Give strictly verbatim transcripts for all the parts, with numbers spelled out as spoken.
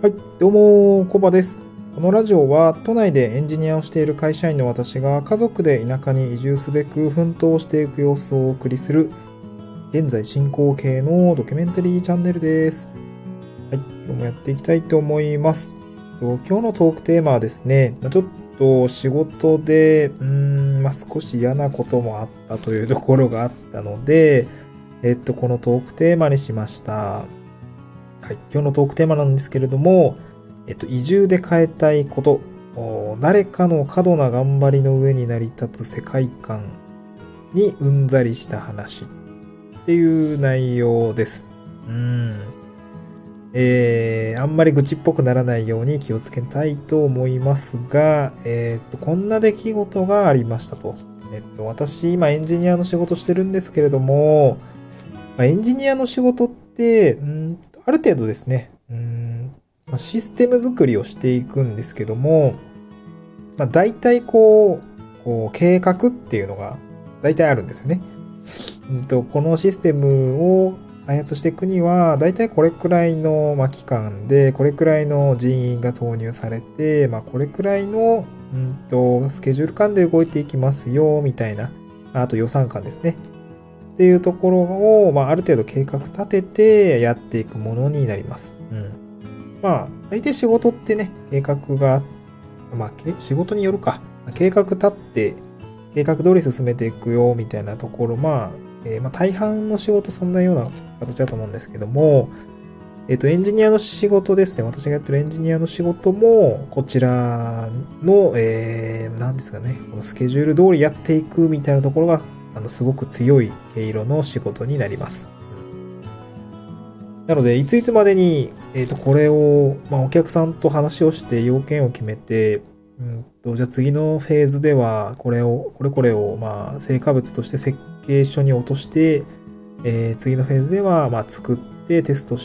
はい、どうも、コバです。このラジオは都内でエンジニアをしている会社員の私が家族で田舎に移住すべく奮闘していく様子をお送りする現在進行形のドキュメンタリーチャンネルです。はい、今日もやっていきたいと思います。今日のトークテーマはですね、ちょっと仕事でうーん、まあ、少し嫌なこともあったというところがあったので、えっと、このトークテーマにしました。はい、今日のトークテーマなんですけれども、えっと、移住で変えたいこと、誰かの過度な頑張りの上に成り立つ世界観にうんざりした話っていう内容です。うん。えー、あんまり愚痴っぽくならないように気をつけたいと思いますが、えっと、こんな出来事がありましたと。えっと、私、今エンジニアの仕事してるんですけれども、エンジニアの仕事って、うん、ある程度ですね、うんシステム作りをしていくんですけども、まあ、大体こう、こう計画っていうのが大体あるんですよね。うんと、このシステムを開発していくには、大体これくらいの、まあ、期間で、これくらいの人員が投入されて、まあ、これくらいの、うんと、スケジュール間で動いていきますよ、みたいな。あと予算間ですね。っていうところを、まあ、ある程度計画立ててやっていくものになります。うん。まあ、大体仕事ってね、計画が、まあ、仕事によるか。計画立って、計画通り進めていくよ、みたいなところ、まあ、えー、まあ、大半の仕事そんなような形だと思うんですけども、えっと、エンジニアの仕事ですね。私がやってるエンジニアの仕事も、こちらの、えー、何ですかね、このスケジュール通りやっていくみたいなところが、あの、すごく強い毛色の仕事になります。なので、いついつまでに、えっと、これを、まあ、お客さんと話をして要件を決めて、うんと、じゃあ次のフェーズでは、これを、これこれを、まあ、成果物として設計書に落として、えー、次のフェーズでは、まあ、作ってテストして、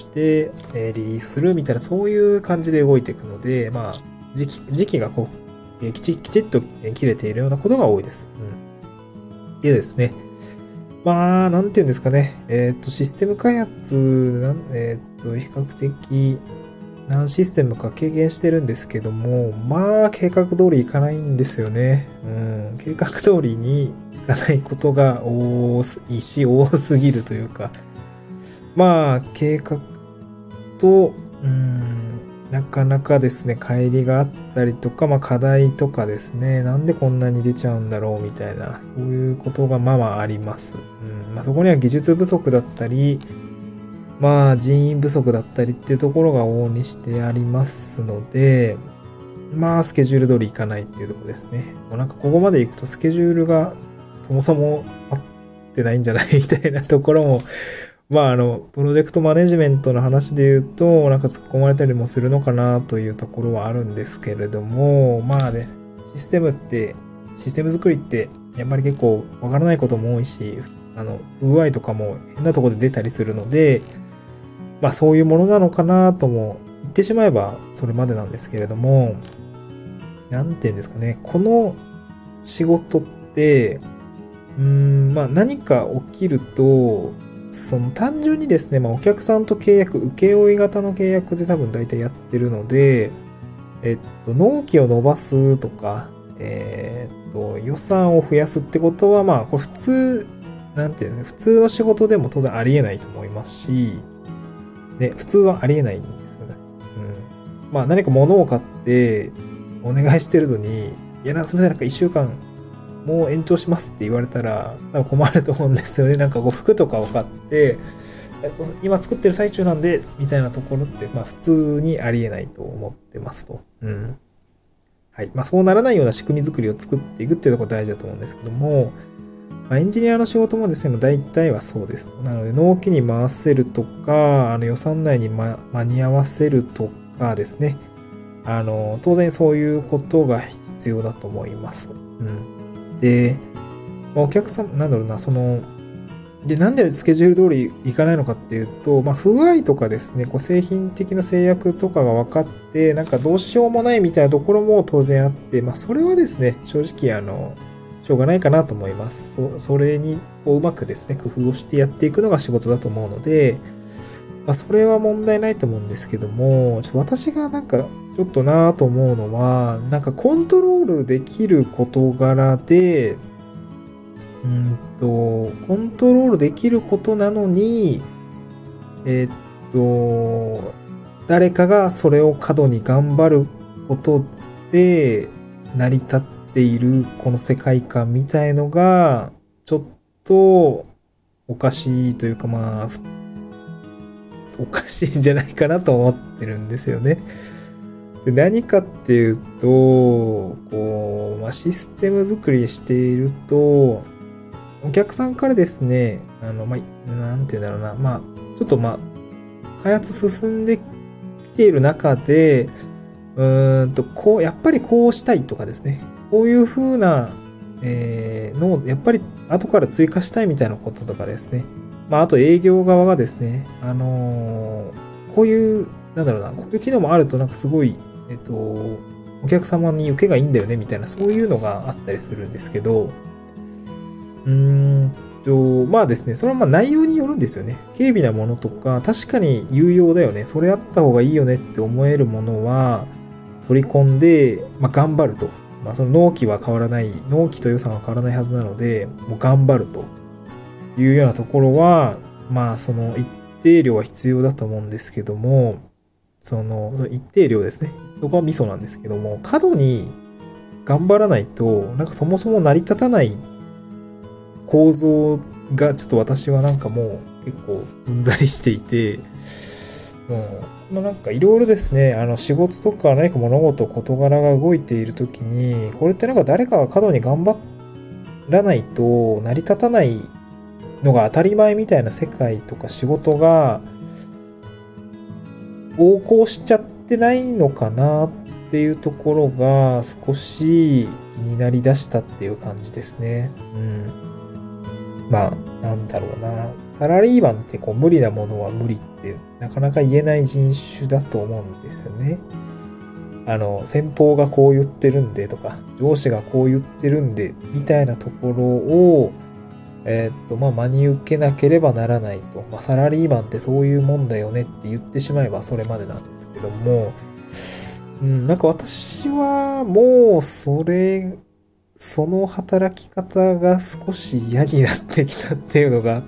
えー、リリースするみたいな、そういう感じで動いていくので、まあ、時期、時期がこう、えー、きち、きちっと切れているようなことが多いです。うん。でですね、まあ、なんて言うんですかね。えっと、システム開発、えっと、比較的何システムか経験してるんですけども、まあ、計画通りいかないんですよね。うん、計画通りにいかないことが多いし、多すぎるというか、まあ、計画と、うん、なかなかですね、乖離があったりとか、まあ課題とかですね、なんでこんなに出ちゃうんだろうみたいな、そういうことがまあまああります。うん、まあそこには技術不足だったり、まあ人員不足だったりっていうところが往々にしてありますので、まあスケジュール通りいかないっていうところですね。もうなんかここまで行くとスケジュールがそもそも合ってないんじゃないみたいなところも、まあ、あの、プロジェクトマネジメントの話で言うと、なんか突っ込まれたりもするのかなというところはあるんですけれども、まあね、システムって、システム作りって、やっぱり結構わからないことも多いし、あの、不具合とかも変なところで出たりするので、まあそういうものなのかなとも言ってしまえばそれまでなんですけれども、なんていうんですかね、この仕事って、うーん、まあ何か起きると、その単純にですね、まあお客さんと契約、請負型の契約で多分大体やってるので、えっと、納期を伸ばすとか、えー、っと、予算を増やすってことは、まあ、これ普通、なんていうんですか、普通の仕事でも当然ありえないと思いますし、ね、普通はありえないんですよね。うん。まあ何か物を買ってお願いしてるのに、いや、なんかすみません、なんか一週間もう延長しますって言われたら多分困ると思うんですよね。なんかこう服とかを買って、今作ってる最中なんで、みたいなところって、まあ普通にありえないと思ってますと。うん。はい。まあそうならないような仕組み作りを作っていくっていうところが大事だと思うんですけども、まあ、エンジニアの仕事もですね、大体はそうですと。なので納期に回せるとか、あの予算内に、ま、間に合わせるとかですね。あの、当然そういうことが必要だと思います。うん。で、まあ、お客さん、なんだろうな、その、で、なんでスケジュール通りいかないのかっていうと、まあ、不具合とかですね、こう製品的な制約とかが分かって、なんかどうしようもないみたいなところも当然あって、まあ、それはですね、正直、あの、しょうがないかなと思います。そ、それに、こう、うまくですね、工夫をしてやっていくのが仕事だと思うので、 まあ、それは問題ないと思うんですけども、ちょっと私がなんか、ちょっとなぁと思うのは、なんかコントロールできる事柄で、うんと、コントロールできることなのに、えーっと、誰かがそれを過度に頑張ることで成り立っているこの世界観みたいのが、ちょっとおかしいというか、まあ、おかしいんじゃないかなと思ってるんですよね。で、何かっていうと、こう、まあ、システム作りしていると、お客さんからですね、あの、まあ、なんて言うんだろうな、まあ、ちょっとまあ、開発進んできている中で、うーんと、こう、やっぱりこうしたいとかですね、こういう風な、えー、のを、やっぱり後から追加したいみたいなこととかですね、まあ、あと営業側がですね、あのー、こういう、なんだろうな、こういう機能もあるとなんかすごい、えっと、お客様に受けがいいんだよね、みたいな、そういうのがあったりするんですけど、うーんと、まあですね、それはまあ内容によるんですよね。軽微なものとか、確かに有用だよね、それあった方がいいよねって思えるものは、取り込んで、まあ頑張ると。まあその納期は変わらない、納期と予算は変わらないはずなので、もう頑張るというようなところは、まあその一定量は必要だと思うんですけども、その、その一定量ですね。そこはミソなんですけども、過度に頑張らないと、なんかそもそも成り立たない構造がちょっと私はなんかもう結構うんざりしていて、もう、このなんかいろいろですね、あの仕事とか何か物事、事柄が動いているときに、これってなんか誰かが過度に頑張らないと成り立たないのが当たり前みたいな世界とか仕事が横行しちゃってないのかなっていうところが少し気になりだしたっていう感じですね。うん。まあ、なんだろうな。サラリーマンってこう無理なものは無理ってなかなか言えない人種だと思うんですよね。あの、先方がこう言ってるんでとか、上司がこう言ってるんで、みたいなところを、えーっと、まあ、真に受けなければならないと。まあ、サラリーマンってそういうもんだよねって言ってしまえばそれまでなんですけども、うん、なんか私はもうそれ、その働き方が少し嫌になってきたっていうのがあって、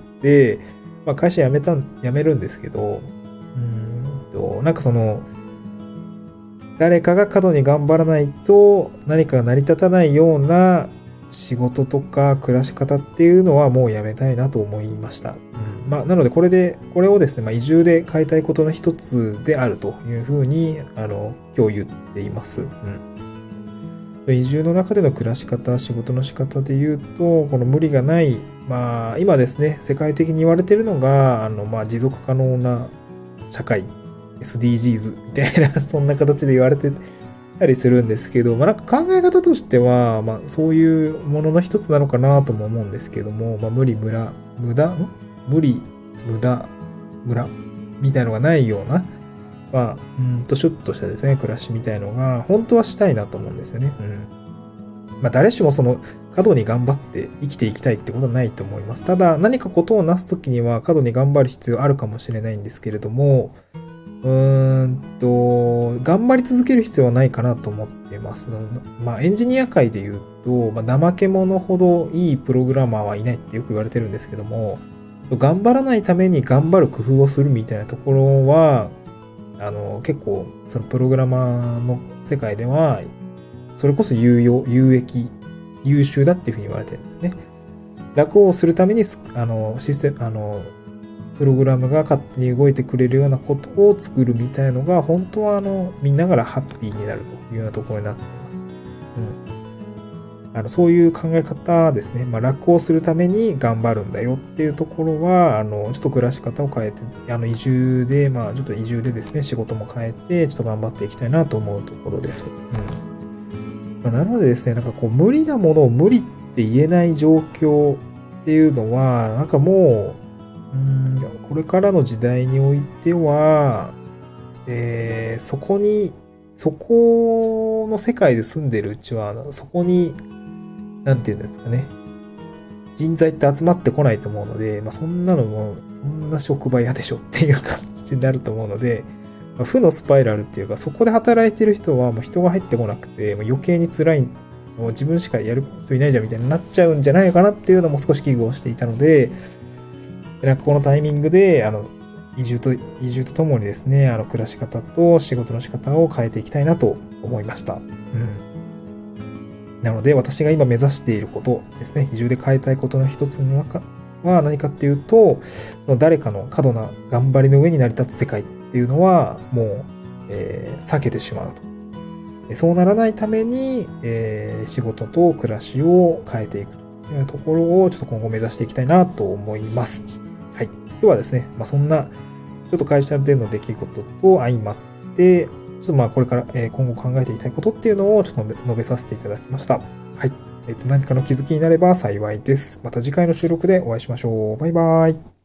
まあ、会社辞めたん、辞めるんですけど、うんと、なんかその、誰かが過度に頑張らないと何かが成り立たないような仕事とか暮らし方っていうのはもうやめたいなと思いました。うん、まあ、なのでこれで、これをですね、まあ、移住で変えたいことの一つであるというふうに、あの、今日言っています。うん。移住の中での暮らし方、仕事の仕方で言うと、この無理がない、まあ、今ですね、世界的に言われているのが、あの、まあ、持続可能な社会、エスディージーズ みたいな、そんな形で言われてたりするんですけど、まあ、なんか考え方としては、まあ、そういうものの一つなのかなとも思うんですけども、まあ、無理、無駄、無駄、ん無理、無駄、無駄、みたいのがないような、まあ、うんと、シュッとしたですね、暮らしみたいのが、本当はしたいなと思うんですよね。うん。まあ、誰しもその、過度に頑張って生きていきたいってことはないと思います。ただ、何かことをなすときには、過度に頑張る必要あるかもしれないんですけれども、うーんと、頑張り続ける必要はないかなと思っています。まあ、エンジニア界で言うと、まあ、怠け者ほどいいプログラマーはいないってよく言われてるんですけども、頑張らないために頑張る工夫をするみたいなところは、あの、結構、そのプログラマーの世界では、それこそ有用、有益、優秀だっていうふうに言われてるんですよね。楽をするために、あの、システム、あの、プログラムが勝手に動いてくれるようなことを作るみたいのが、本当はあの、みんながらハッピーになるというようなところになっています。うん。あの、そういう考え方ですね。まあ、楽をするために頑張るんだよっていうところは、あの、ちょっと暮らし方を変えて、あの、移住で、まあ、ちょっと移住でですね、仕事も変えて、ちょっと頑張っていきたいなと思うところです。うん。まあ、なのでですね、なんかこう、無理なものを無理って言えない状況っていうのは、なんかもう、うん、これからの時代においては、えー、そこに、そこの世界で住んでるうちは、そこに、なんていうんですかね。 人材って集まってこないと思うので、まあ、そんなのも、そんな職場嫌でしょっていう感じになると思うので、まあ、負のスパイラルっていうか、そこで働いてる人はもう人が入ってこなくて、まあ、余計に辛い、もう自分しかやる人いないじゃんみたいになっちゃうんじゃないかなっていうのも少し危惧をしていたので、なんかこのタイミングで、あの、移住と、移住とともにですね、あの、暮らし方と仕事の仕方を変えていきたいなと思いました。うん。なので、私が今目指していることですね、移住で変えたいことの一つの中は何かっていうと、その誰かの過度な頑張りの上に成り立つ世界っていうのは、もう、えー、避けてしまうと。そうならないために、えー、仕事と暮らしを変えていくというところをちょっと今後目指していきたいなと思います。はい。今日はですね、まあ、そんな、ちょっと会社での出来事と相まって、ちょっとまあこれから、えー、今後考えていきたいことっていうのをちょっと述べさせていただきました。はい。えっと、何かの気づきになれば幸いです。また次回の収録でお会いしましょう。バイバイ。